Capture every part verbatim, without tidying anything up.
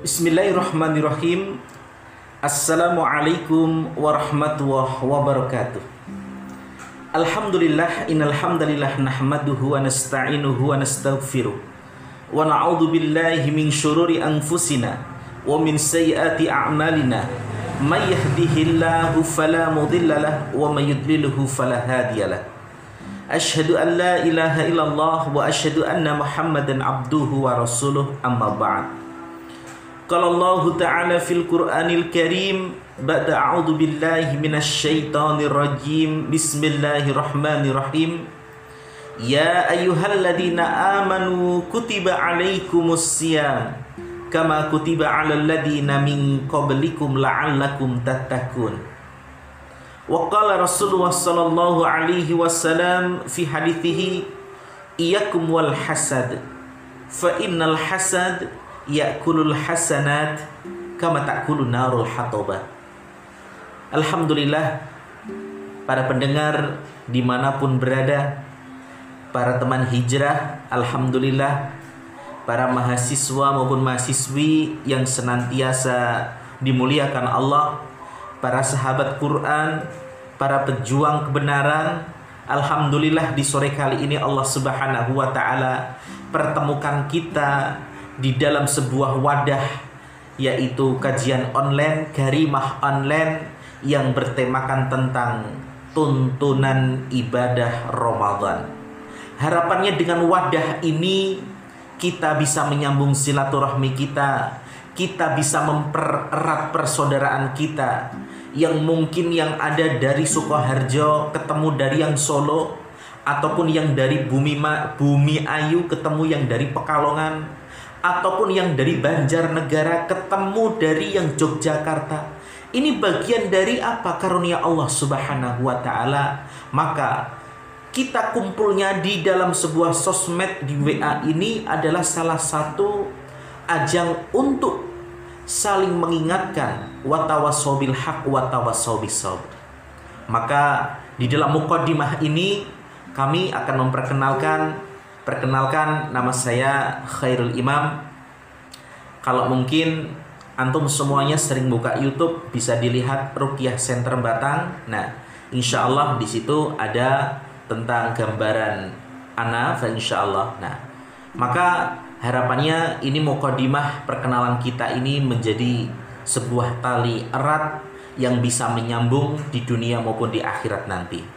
Bismillahirrahmanirrahim. Assalamualaikum warahmatullahi wabarakatuh. Alhamdulillah, innal hamdalillah nahmaduhu wa nasta'inuhu wa nastaghfiruh wa na'udzu billahi min syururi anfusina wa min sayyiati a'malina. May yahdihillahu fala mudhillalah wa may yudlilhu fala hadiyalah. Asyhadu an la ilaha illallah wa asyhadu anna Muhammadan abduhu wa rasuluh, amma ba'd. Qala Allah Ta'ala fil Qur'anil Karim ba'da a'udzu billahi minasy syaithanir rajim. Bismillahirrahmanirrahim. Ya ayyuhalladzina amanu kutiba 'alaikumus syiyam kama kutiba 'alal ladzina min qablikum la'allakum tattaqun. Wa qala Rasulullah sallallahu alaihi wasallam fi hadithihi iyyakum wal hasad fa innal hasad ya'kulul hasanat kama ta'kulun narul hatobah. Alhamdulillah, para pendengar dimanapun berada, para teman hijrah, alhamdulillah, para mahasiswa maupun mahasiswi yang senantiasa dimuliakan Allah, para sahabat Quran, para pejuang kebenaran, alhamdulillah di sore kali ini Allah Subhanahu wa Ta'ala pertemukan kita di dalam sebuah wadah, yaitu kajian online, Karimah online, yang bertemakan tentang tuntunan ibadah Ramadan. Harapannya dengan wadah ini kita bisa menyambung silaturahmi kita, kita bisa mempererat persaudaraan kita, yang mungkin yang ada dari Sukoharjo ketemu dari yang Solo, ataupun yang dari Bumi, Bumi Ayu ketemu yang dari Pekalongan, ataupun yang dari Banjarnegara ketemu dari yang Yogyakarta. Ini bagian dari apa? Karunia Allah Subhanahu wa Ta'ala. Maka kita kumpulnya di dalam sebuah sosmed di W A ini adalah salah satu ajang untuk saling mengingatkan, watawassaw bil haq watawassaw bis sabr. Maka di dalam muqaddimah ini kami akan memperkenalkan Perkenalkan, nama saya Khairul Imam. Kalau mungkin antum semuanya sering buka YouTube, bisa dilihat Ruqyah Center Batang. Nah, insya Allah di situ ada tentang gambaran ana, insya Allah. Nah, maka harapannya ini muqaddimah perkenalan kita ini menjadi sebuah tali erat yang bisa menyambung di dunia maupun di akhirat nanti.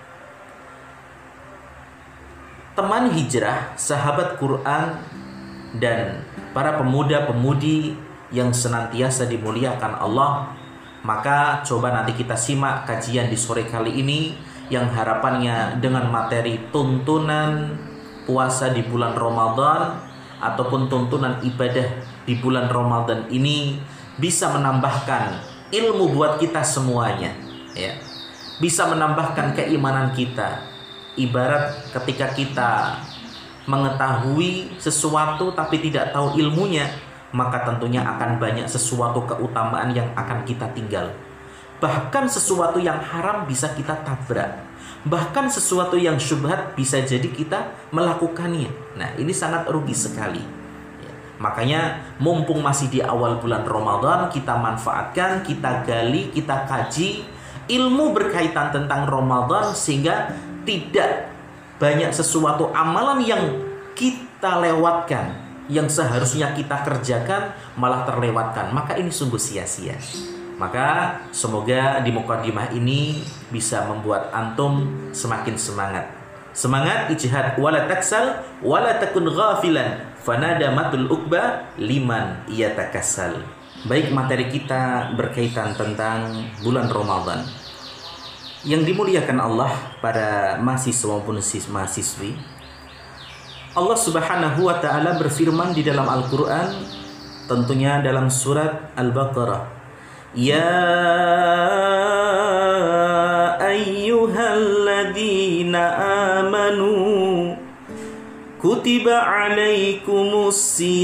Teman hijrah, sahabat Quran, dan para pemuda-pemudi yang senantiasa dimuliakan Allah, maka coba nanti kita simak kajian di sore kali ini yang harapannya dengan materi tuntunan puasa di bulan Ramadan ataupun tuntunan ibadah di bulan Ramadan ini bisa menambahkan ilmu buat kita semuanya, ya. Bisa menambahkan keimanan kita. Ibarat ketika kita mengetahui sesuatu tapi tidak tahu ilmunya, maka tentunya akan banyak sesuatu keutamaan yang akan kita tinggal. Bahkan sesuatu yang haram bisa kita tabrak. Bahkan sesuatu yang syubhat bisa jadi kita melakukannya. Nah, ini sangat rugi sekali. Ya, makanya mumpung masih di awal bulan Ramadan, kita manfaatkan, kita gali, kita kaji ilmu berkaitan tentang Ramadan, sehingga tidak banyak sesuatu amalan yang kita lewatkan, yang seharusnya kita kerjakan malah terlewatkan. Maka ini sungguh sia-sia. Maka semoga di muqaddimah ini bisa membuat antum semakin semangat. Semangat ijtihad, wala taksal wala takun ghafilan, fanadamatul uqba liman yatakassal. Baik, materi kita berkaitan tentang bulan Ramadan. Yang dimuliakan Allah, para mahasiswa maupun mahasiswi, Allah Subhanahu wa Ta'ala berfirman di dalam Al-Quran, tentunya dalam surat Al-Baqarah, Ya ayyuhalladzina amanu kutiba alaikumus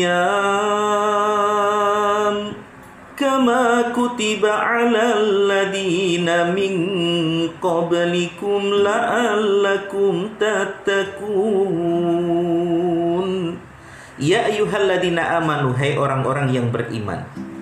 siyam kama kutiba 'alal ladzina min qablikum la'allakum tattaqun. Ya ayyuhalladzina amanu, hai orang-orang yang beriman.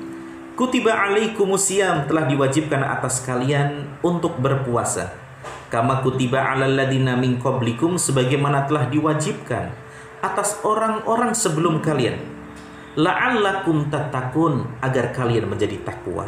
Kutiba alaikumusiyam, telah diwajibkan atas kalian untuk berpuasa. Kama kutiba alal ladina min qablikum, sebagaimana telah diwajibkan atas orang-orang sebelum kalian. La'allakum tattaqun, agar kalian menjadi takwa.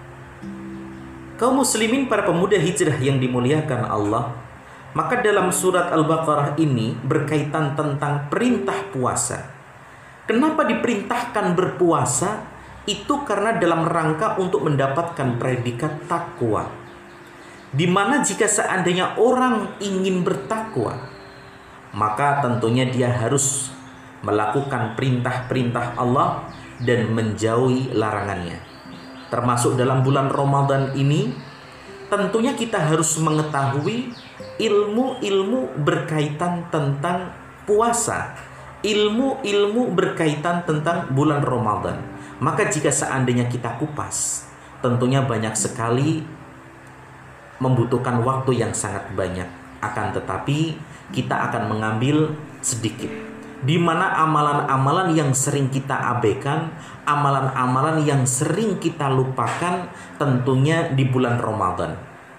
Kaum muslimin, para pemuda hijrah yang dimuliakan Allah, maka dalam surat Al-Baqarah ini berkaitan tentang perintah puasa. Kenapa diperintahkan berpuasa? Itu karena dalam rangka untuk mendapatkan predikat takwa. Di mana jika seandainya orang ingin bertakwa, maka tentunya dia harus melakukan perintah-perintah Allah dan menjauhi larangannya. Termasuk dalam bulan Ramadan ini, tentunya kita harus mengetahui ilmu-ilmu berkaitan tentang puasa, ilmu-ilmu berkaitan tentang bulan Ramadan. Maka jika seandainya kita kupas, tentunya banyak sekali membutuhkan waktu yang sangat banyak. Akan tetapi kita akan mengambil sedikit, di mana amalan-amalan yang sering kita abaikan, amalan-amalan yang sering kita lupakan tentunya di bulan Ramadan.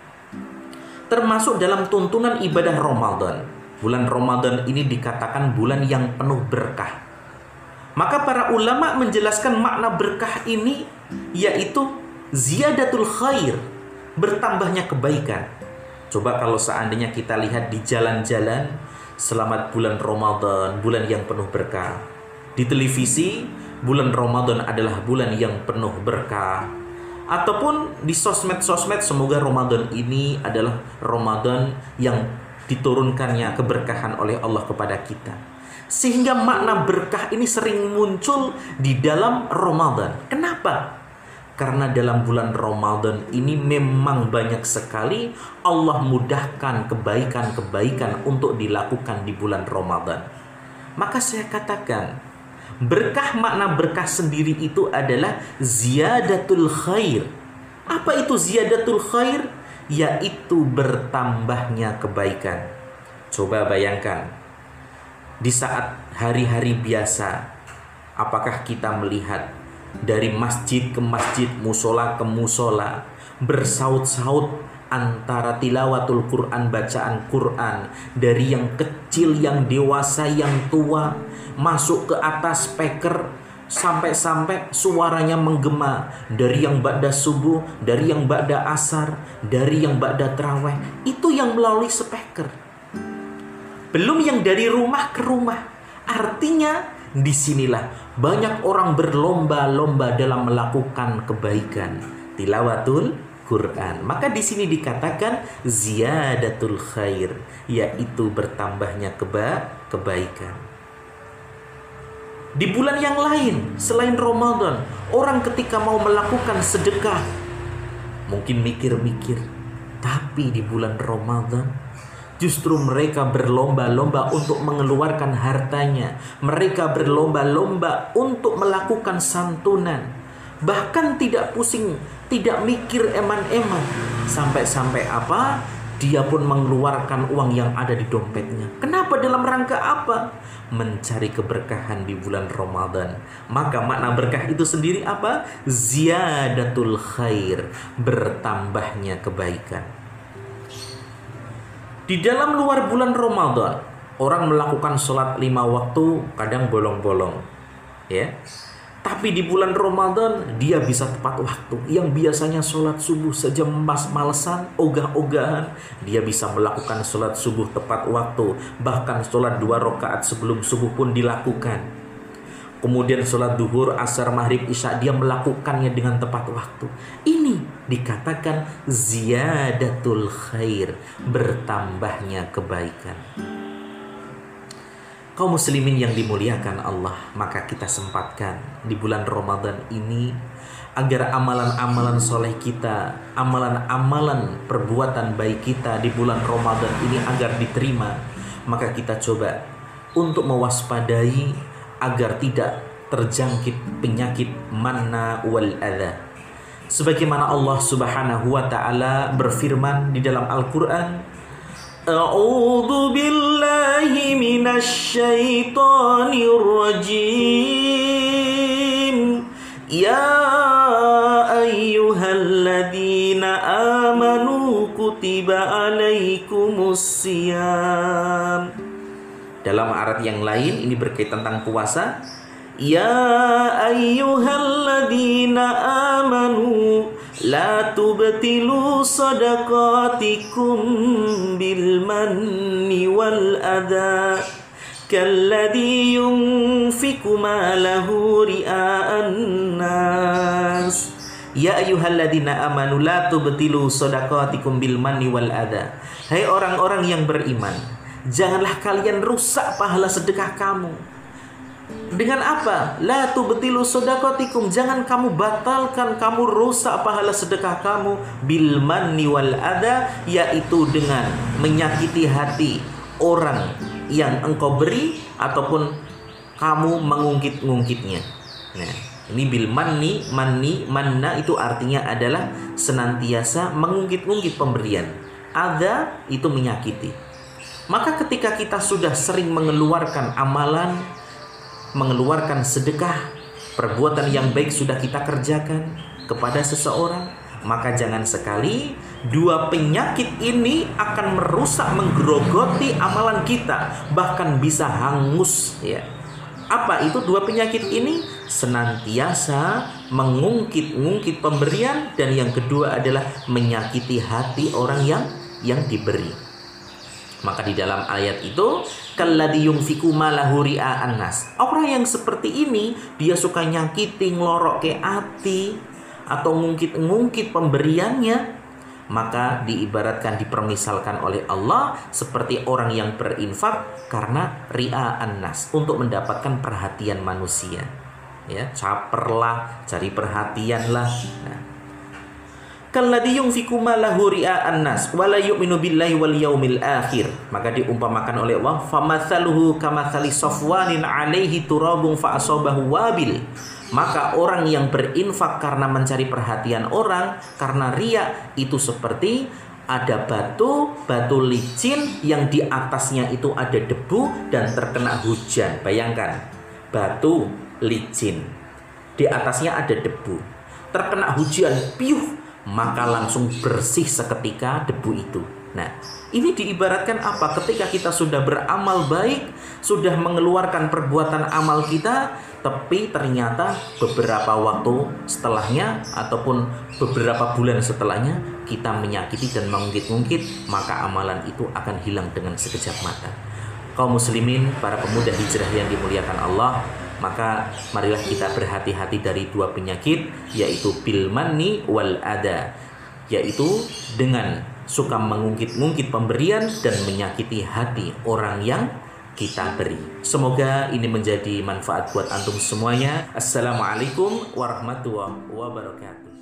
Termasuk dalam tuntunan ibadah Ramadan. Bulan Ramadan ini dikatakan bulan yang penuh berkah. Maka para ulama menjelaskan makna berkah ini yaitu ziyadatul khair, bertambahnya kebaikan. Coba kalau seandainya kita lihat di jalan-jalan, selamat bulan Ramadan, bulan yang penuh berkah. Di televisi, bulan Ramadan adalah bulan yang penuh berkah. Ataupun di sosmed-sosmed, semoga Ramadan ini adalah Ramadan yang diturunkannya keberkahan oleh Allah kepada kita. Sehingga makna berkah ini sering muncul di dalam Ramadan. Kenapa? Karena dalam bulan Ramadan ini memang banyak sekali Allah mudahkan kebaikan-kebaikan untuk dilakukan di bulan Ramadan. Maka saya katakan, berkah, makna berkah sendiri itu adalah ziyadatul khair. Apa itu ziyadatul khair? Yaitu bertambahnya kebaikan. Coba bayangkan, di saat hari-hari biasa, apakah kita melihat dari masjid ke masjid, musola ke musola, bersaut-saut antara tilawatul Quran, bacaan Quran, dari yang kecil, yang dewasa, yang tua, masuk ke atas speaker, sampai-sampai suaranya menggema, dari yang ba'da subuh, dari yang ba'da asar, dari yang ba'da tarawih, itu yang melalui speaker. Belum yang dari rumah ke rumah. Artinya disinilah banyak orang berlomba-lomba dalam melakukan kebaikan, tilawatul Quran. Maka di sini dikatakan ziyadatul khair, yaitu bertambahnya keba kebaikan. Di bulan yang lain selain Ramadan, orang ketika mau melakukan sedekah mungkin mikir-mikir, tapi di bulan Ramadan justru mereka berlomba-lomba untuk mengeluarkan hartanya. Mereka berlomba-lomba untuk melakukan santunan. Bahkan tidak pusing, tidak mikir eman-eman. Sampai-sampai apa? Dia pun mengeluarkan uang yang ada di dompetnya. Kenapa? Dalam rangka apa? Mencari keberkahan di bulan Ramadan. Maka makna berkah itu sendiri apa? Ziyadatul khair, bertambahnya kebaikan. Di dalam luar bulan Ramadan, orang melakukan sholat lima waktu, kadang bolong-bolong, ya. Tapi di bulan Ramadan dia bisa tepat waktu. Yang biasanya sholat subuh saja mas-malesan, ogah-ogahan, dia bisa melakukan sholat subuh tepat waktu. Bahkan sholat dua rakaat sebelum subuh pun dilakukan. Kemudian sholat duhur, asar, maghrib, isya, dia melakukannya dengan tepat waktu. Ini dikatakan ziyadatul khair, bertambahnya kebaikan. Kaum muslimin yang dimuliakan Allah, maka kita sempatkan di bulan Ramadan ini agar amalan-amalan soleh kita, amalan-amalan perbuatan baik kita di bulan Ramadan ini agar diterima. Maka kita coba untuk mewaspadai agar tidak terjangkit penyakit manna wal adha. Sebagaimana Allah Subhanahu wa taala berfirman di dalam Al-Qur'an, A'udzu billahi minasy syaithanir rajim. Ya ayyuhalladzina amanu kutiba alaikumus siyam. Dalam arti yang lain ini berkaitan tentang puasa. Ya ayyuhalladzina amanu la tubtilu sadaqatikum bil manni wal adha kalladhi yunfiku malahu ria'an nas. Ya ayyuhalladzina amanu la tubtilu sadaqatikum bil manni wal adha. Hai orang-orang yang beriman, janganlah kalian rusak pahala sedekah kamu. Dengan apa? La tubtilu sadaqatikum, jangan kamu batalkan, kamu rusak pahala sedekah kamu bil manni wal adha, yaitu dengan menyakiti hati orang yang engkau beri ataupun kamu mengungkit-ungkitnya. Nah, ini bil manni, manni, manna itu artinya adalah senantiasa mengungkit-ungkit pemberian. Adha itu menyakiti. Maka ketika kita sudah sering mengeluarkan amalan, mengeluarkan sedekah, perbuatan yang baik sudah kita kerjakan kepada seseorang, maka jangan sekali dua penyakit ini akan merusak, menggerogoti amalan kita, bahkan bisa hangus ya. Apa itu dua penyakit ini? Senantiasa mengungkit-ungkit pemberian, dan yang kedua adalah menyakiti hati orang yang yang diberi. Maka di dalam ayat itu, kalladzi yunfiku malahu ria'an nas. Orang yang seperti ini, dia suka nyakiti, ngelorok ke hati, atau ngungkit-ngungkit pemberiannya, maka diibaratkan, dipermisalkan oleh Allah seperti orang yang berinfak karena ria'an nas, untuk mendapatkan perhatian manusia. Ya, caperlah, cari perhatianlah. Nah, kalladzi yunfiku malahu ria'an nas wa la yu'minu billahi wal yaumil akhir. Maka diumpamakan oleh Allah, famathaluhu kamathali safwanin 'alaihi turabun fa asabahu wabil. Maka orang yang berinfak karena mencari perhatian orang, karena riya, itu seperti ada batu, batu licin yang di atasnya itu ada debu dan terkena hujan. Bayangkan, batu licin, di atasnya ada debu, terkena hujan, piuh, maka langsung bersih seketika debu itu. Nah, ini diibaratkan apa? Ketika kita sudah beramal baik, sudah mengeluarkan perbuatan amal kita, tapi ternyata beberapa waktu setelahnya ataupun beberapa bulan setelahnya kita menyakiti dan mengungkit-ungkit, maka amalan itu akan hilang dengan sekejap mata. Kaum muslimin, para pemuda hijrah yang dimuliakan Allah, maka marilah kita berhati-hati dari dua penyakit, yaitu bil manni wal adha, yaitu dengan suka mengungkit-ungkit pemberian dan menyakiti hati orang yang kita beri. Semoga ini menjadi manfaat buat antum semuanya. Assalamualaikum warahmatullahi wabarakatuh.